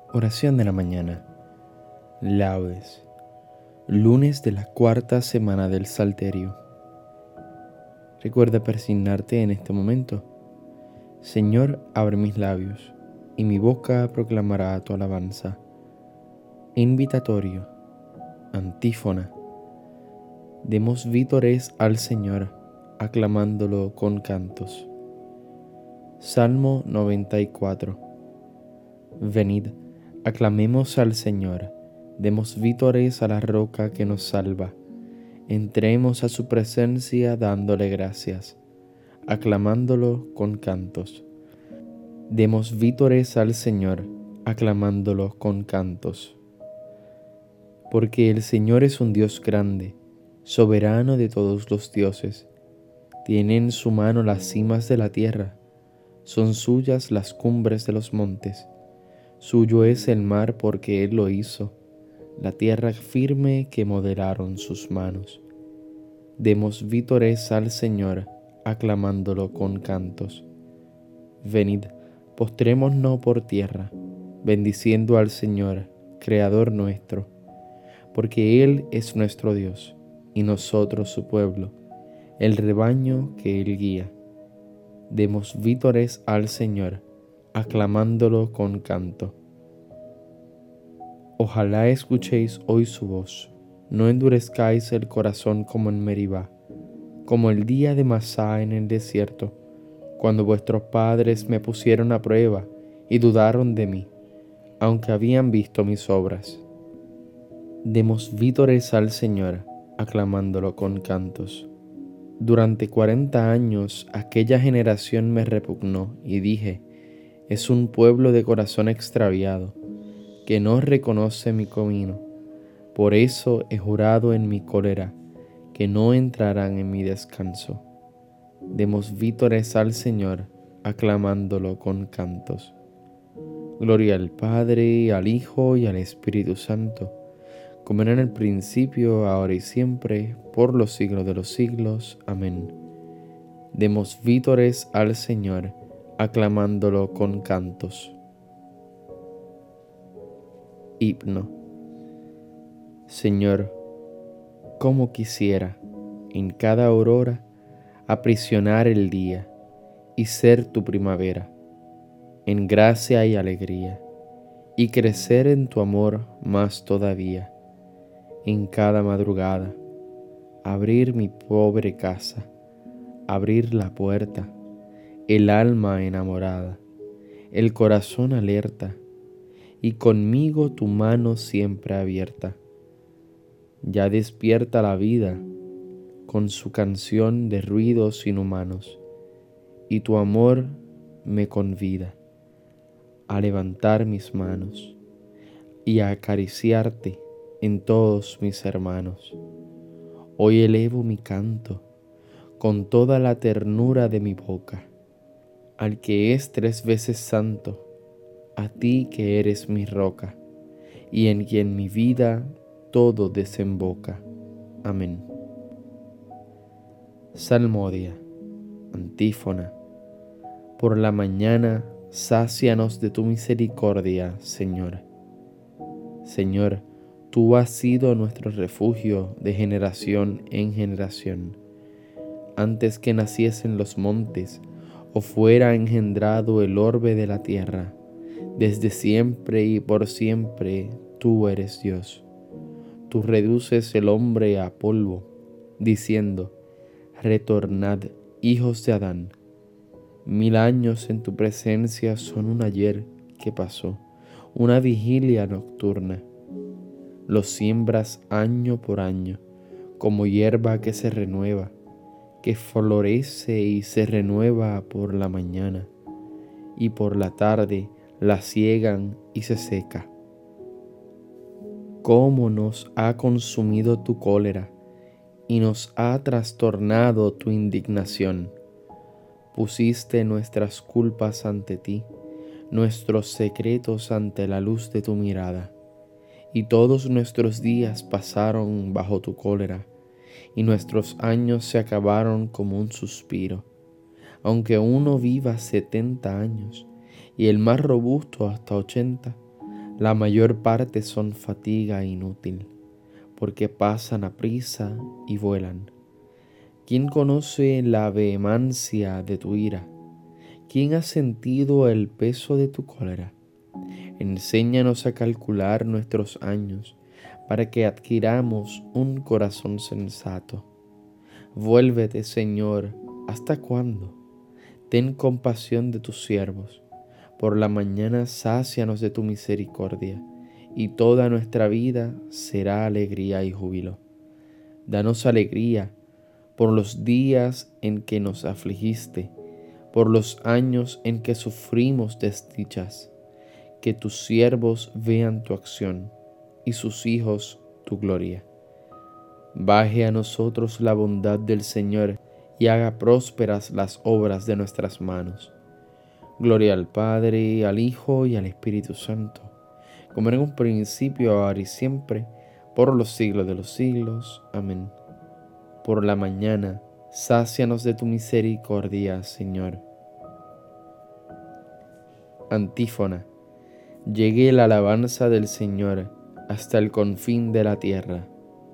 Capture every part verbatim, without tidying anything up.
Oración de la mañana. Laudes. Lunes de la cuarta semana del Salterio. Recuerda persignarte en este momento. Señor, abre mis labios, y mi boca proclamará tu alabanza. Invitatorio. Antífona. Demos vítores al Señor, aclamándolo con cantos. Salmo noventa y cuatro. Venid, aclamemos al Señor, demos vítores a la roca que nos salva. Entremos a su presencia dándole gracias, aclamándolo con cantos. Demos vítores al Señor, aclamándolo con cantos. Porque el Señor es un Dios grande, soberano de todos los dioses. Tiene en su mano las cimas de la tierra, son suyas las cumbres de los montes. Suyo es el mar porque Él lo hizo, la tierra firme que modelaron sus manos. Demos vítores al Señor, aclamándolo con cantos. Venid, postrémonos por tierra, bendiciendo al Señor, Creador nuestro, porque Él es nuestro Dios, y nosotros su pueblo, el rebaño que Él guía. Demos vítores al Señor, aclamándolo con canto. Ojalá escuchéis hoy su voz, no endurezcáis el corazón como en Meribá, como el día de Masá en el desierto, cuando vuestros padres me pusieron a prueba y dudaron de mí, aunque habían visto mis obras. Demos vítores al Señor, aclamándolo con cantos. Durante cuarenta años aquella generación me repugnó y dije, es un pueblo de corazón extraviado, que no reconoce mi camino. Por eso he jurado en mi cólera, que no entrarán en mi descanso. Demos vítores al Señor, aclamándolo con cantos. Gloria al Padre, al Hijo y al Espíritu Santo, como era en el principio, ahora y siempre, por los siglos de los siglos. Amén. Demos vítores al Señor, aclamándolo con cantos. Himno. Señor, cómo quisiera, en cada aurora, aprisionar el día y ser tu primavera, en gracia y alegría, y crecer en tu amor más todavía. En cada madrugada, abrir mi pobre casa, abrir la puerta, el alma enamorada, el corazón alerta, y conmigo tu mano siempre abierta. Ya despierta la vida con su canción de ruidos inhumanos, y tu amor me convida a levantar mis manos y a acariciarte en todos mis hermanos. Hoy elevo mi canto con toda la ternura de mi boca, al que es tres veces santo, a ti que eres mi roca, y en quien mi vida todo desemboca. Amén. Salmodia. Antífona. Por la mañana, sácianos de tu misericordia, Señor. Señor, tú has sido nuestro refugio de generación en generación. Antes que naciesen los montes, o fuera engendrado el orbe de la tierra, desde siempre y por siempre tú eres Dios. Tú reduces el hombre a polvo, diciendo, retornad, hijos de Adán. Mil años en tu presencia son un ayer que pasó, una vigilia nocturna. Los siembras año por año, como hierba que se renueva, que florece y se renueva por la mañana, y por la tarde la siegan y se seca. Cómo nos ha consumido tu cólera, y nos ha trastornado tu indignación. Pusiste nuestras culpas ante ti, nuestros secretos ante la luz de tu mirada. Y todos nuestros días pasaron bajo tu cólera, y nuestros años se acabaron como un suspiro. Aunque uno viva setenta años, y el más robusto hasta ochenta, La mayor parte son fatiga inútil, porque pasan aprisa y vuelan. ¿Quién conoce la vehemencia de tu ira? ¿Quién ha sentido el peso de tu cólera? Enséñanos a calcular nuestros años, para que adquiramos un corazón sensato. Vuélvete, Señor, ¿hasta cuándo? Ten compasión de tus siervos. Por la mañana sácianos de tu misericordia, y toda nuestra vida será alegría y júbilo. Danos alegría por los días en que nos afligiste, por los años en que sufrimos desdichas. Que tus siervos vean tu acción, y sus hijos tu gloria. Baje a nosotros la bondad del Señor, y haga prósperas las obras de nuestras manos. Gloria al Padre, al Hijo y al Espíritu Santo, como era en un principio, ahora y siempre, por los siglos de los siglos. Amén. Por la mañana, sácianos de tu misericordia, Señor. Antífona. Llegue la alabanza del Señor hasta el confín de la tierra.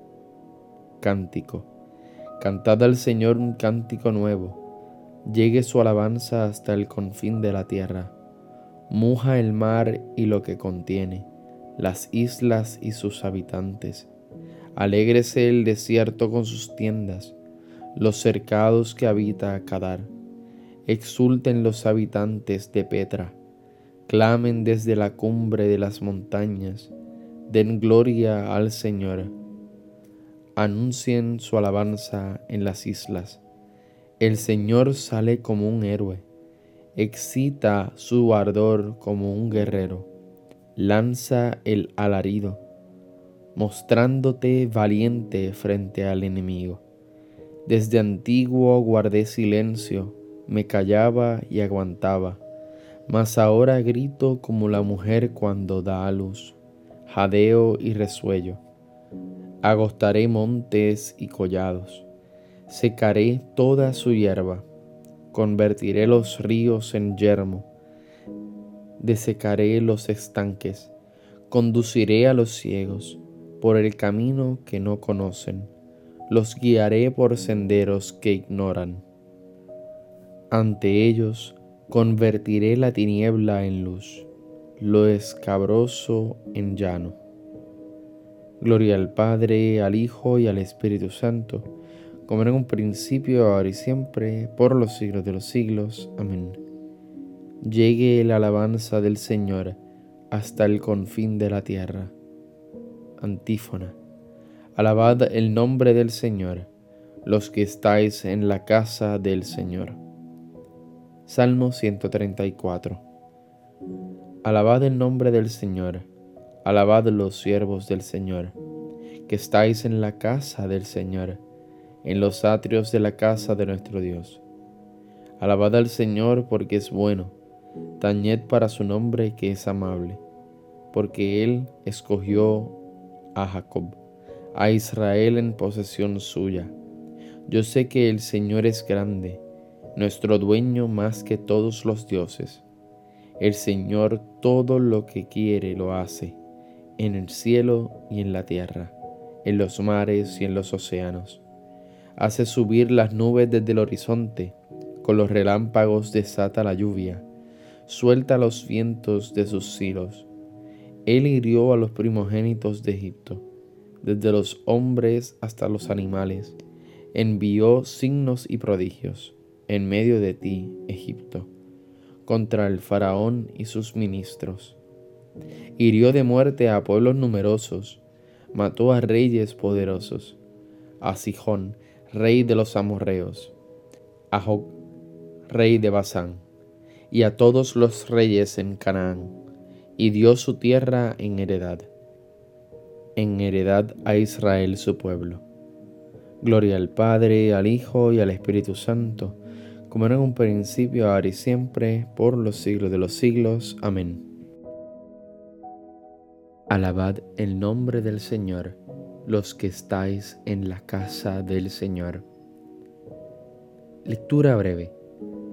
Cántico. Cantad al Señor un cántico nuevo. Llegue su alabanza hasta el confín de la tierra. Muja el mar y lo que contiene, las islas y sus habitantes. Alégrese el desierto con sus tiendas, los cercados que habita Cadar. Exulten los habitantes de Petra. Clamen desde la cumbre de las montañas, den gloria al Señor. Anuncien su alabanza en las islas. El Señor sale como un héroe, excita su ardor como un guerrero, lanza el alarido, mostrándote valiente frente al enemigo. Desde antiguo guardé silencio, me callaba y aguantaba. Mas ahora grito como la mujer cuando da a luz, jadeo y resuello. Agostaré montes y collados, secaré toda su hierba, convertiré los ríos en yermo, desecaré los estanques, conduciré a los ciegos por el camino que no conocen, los guiaré por senderos que ignoran. Ante ellos convertiré la tiniebla en luz, lo escabroso en llano. Gloria al Padre, al Hijo y al Espíritu Santo, como era en un principio, ahora y siempre, por los siglos de los siglos. Amén. Llegue la alabanza del Señor hasta el confín de la tierra. Antífona. Alabad el nombre del Señor, los que estáis en la casa del Señor. Salmo ciento treinta y cuatro. Alabad el nombre del Señor, alabad los siervos del Señor, que estáis en la casa del Señor, en los atrios de la casa de nuestro Dios. Alabad al Señor porque es bueno, tañed para su nombre que es amable, porque Él escogió a Jacob, a Israel en posesión suya. Yo sé que el Señor es grande, nuestro dueño más que todos los dioses. El Señor todo lo que quiere lo hace, en el cielo y en la tierra, en los mares y en los océanos. Hace subir las nubes desde el horizonte, con los relámpagos desata la lluvia, suelta los vientos de sus hilos. Él hirió a los primogénitos de Egipto, desde los hombres hasta los animales, envió signos y prodigios en medio de ti, Egipto, contra el faraón y sus ministros. Hirió de muerte a pueblos numerosos, mató a reyes poderosos, a Sihón, rey de los amorreos, a Og, rey de Basán, y a todos los reyes en Canaán, y dio su tierra en heredad, en heredad a Israel su pueblo. Gloria al Padre, al Hijo y al Espíritu Santo, como era en un principio, ahora y siempre, por los siglos de los siglos. Amén. Alabad el nombre del Señor, los que estáis en la casa del Señor. Lectura breve.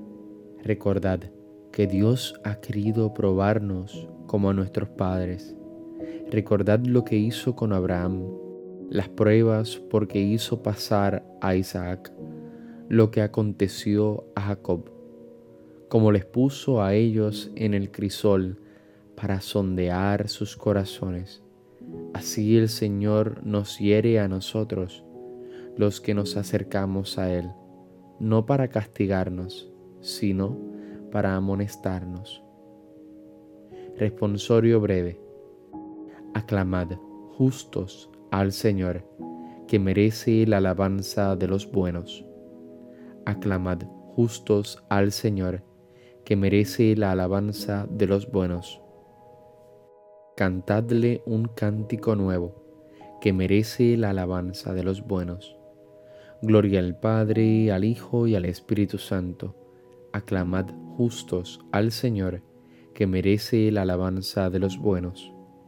Recordad que Dios ha querido probarnos como a nuestros padres, Recordad lo que hizo con Abraham, las pruebas por que hizo pasar a Isaac, lo que aconteció a Jacob, como les puso a ellos en el crisol para sondear sus corazones. Así el Señor nos hiere a nosotros, los que nos acercamos a Él, no para castigarnos, sino para amonestarnos. Responsorio breve. Aclamad, justos, al Señor, que merece la alabanza de los buenos. Aclamad, justos, al Señor, que merece la alabanza de los buenos. Cantadle un cántico nuevo, que merece la alabanza de los buenos. Gloria al Padre, al Hijo y al Espíritu Santo. Aclamad, justos, al Señor, que merece la alabanza de los buenos.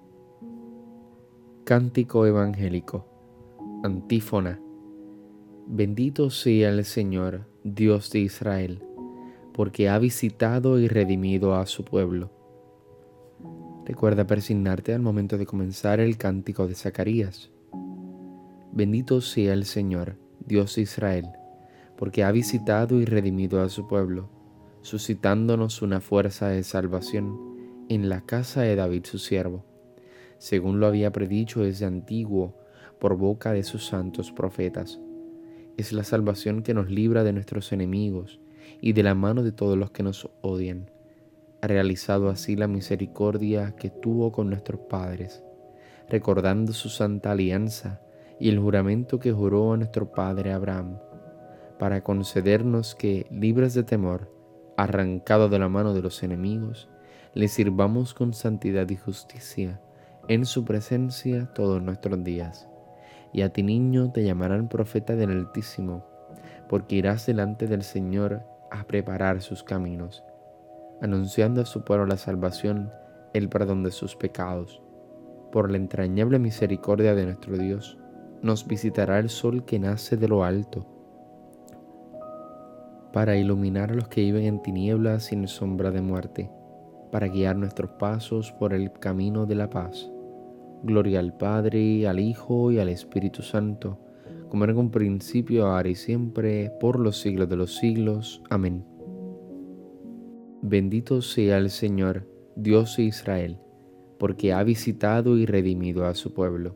Cántico evangélico. Antífona. Bendito sea el Señor, Dios de Israel, porque ha visitado y redimido a su pueblo. Recuerda persignarte al momento de comenzar el cántico de Zacarías. Bendito sea el Señor, Dios de Israel, porque ha visitado y redimido a su pueblo, suscitándonos una fuerza de salvación en la casa de David su siervo, según lo había predicho desde antiguo por boca de sus santos profetas. Es la salvación que nos libra de nuestros enemigos y de la mano de todos los que nos odian. Ha realizado así la misericordia que tuvo con nuestros padres, recordando su santa alianza y el juramento que juró a nuestro padre Abraham, para concedernos que, libres de temor, arrancados de la mano de los enemigos, le sirvamos con santidad y justicia en su presencia todos nuestros días. Y a ti, niño, te llamarán profeta del Altísimo, porque irás delante del Señor a preparar sus caminos, anunciando a su pueblo la salvación, el perdón de sus pecados. Por la entrañable misericordia de nuestro Dios, nos visitará el sol que nace de lo alto, para iluminar a los que viven en tinieblas sin sombra de muerte, para guiar nuestros pasos por el camino de la paz. Gloria al Padre, al Hijo y al Espíritu Santo, como era en un principio, ahora y siempre, por los siglos de los siglos. Amén. Bendito sea el Señor, Dios de Israel, porque ha visitado y redimido a su pueblo.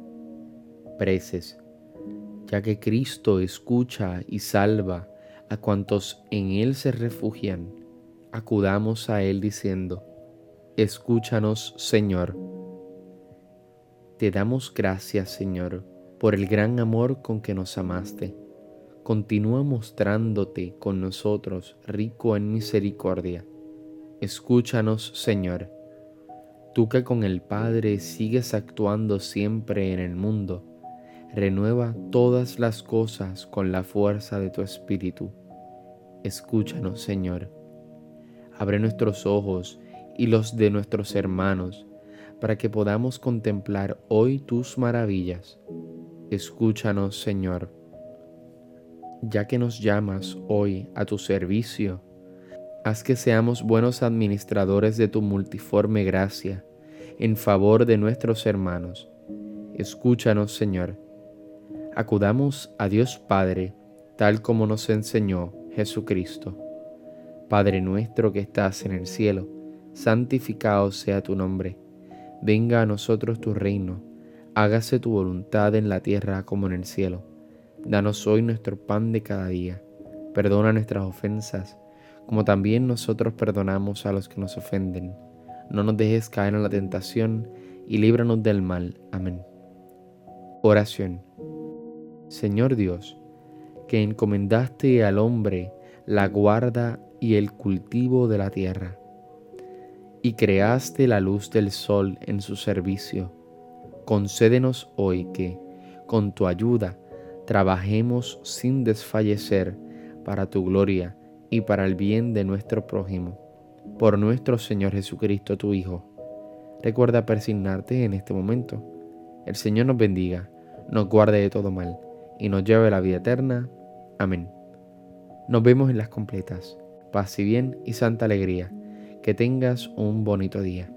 Preces. Ya que Cristo escucha y salva a cuantos en Él se refugian, acudamos a Él diciendo: escúchanos, Señor. Te damos gracias, Señor, por el gran amor con que nos amaste. Continúa mostrándote con nosotros rico en misericordia. Escúchanos, Señor. Tú que con el Padre sigues actuando siempre en el mundo, renueva todas las cosas con la fuerza de tu Espíritu. Escúchanos, Señor. Abre nuestros ojos y los de nuestros hermanos, para que podamos contemplar hoy tus maravillas. Escúchanos, Señor. Ya que nos llamas hoy a tu servicio, haz que seamos buenos administradores de tu multiforme gracia en favor de nuestros hermanos. Escúchanos, Señor. Acudamos a Dios Padre, tal como nos enseñó Jesucristo. Padre nuestro que estás en el cielo, santificado sea tu nombre. Venga a nosotros tu reino, hágase tu voluntad en la tierra como en el cielo. Danos hoy nuestro pan de cada día. Perdona nuestras ofensas, como también nosotros perdonamos a los que nos ofenden. No nos dejes caer en la tentación y líbranos del mal. Amén. Oración. Señor Dios, que encomendaste al hombre la guarda y el cultivo de la tierra, y creaste la luz del sol en su servicio, concédenos hoy que, con tu ayuda, trabajemos sin desfallecer para tu gloria y para el bien de nuestro prójimo. Por nuestro Señor Jesucristo, tu Hijo. Recuerda persignarte en este momento. El Señor nos bendiga, nos guarde de todo mal y nos lleve a la vida eterna. Amén. Nos vemos en las completas. Paz y bien y santa alegría. Que tengas un bonito día.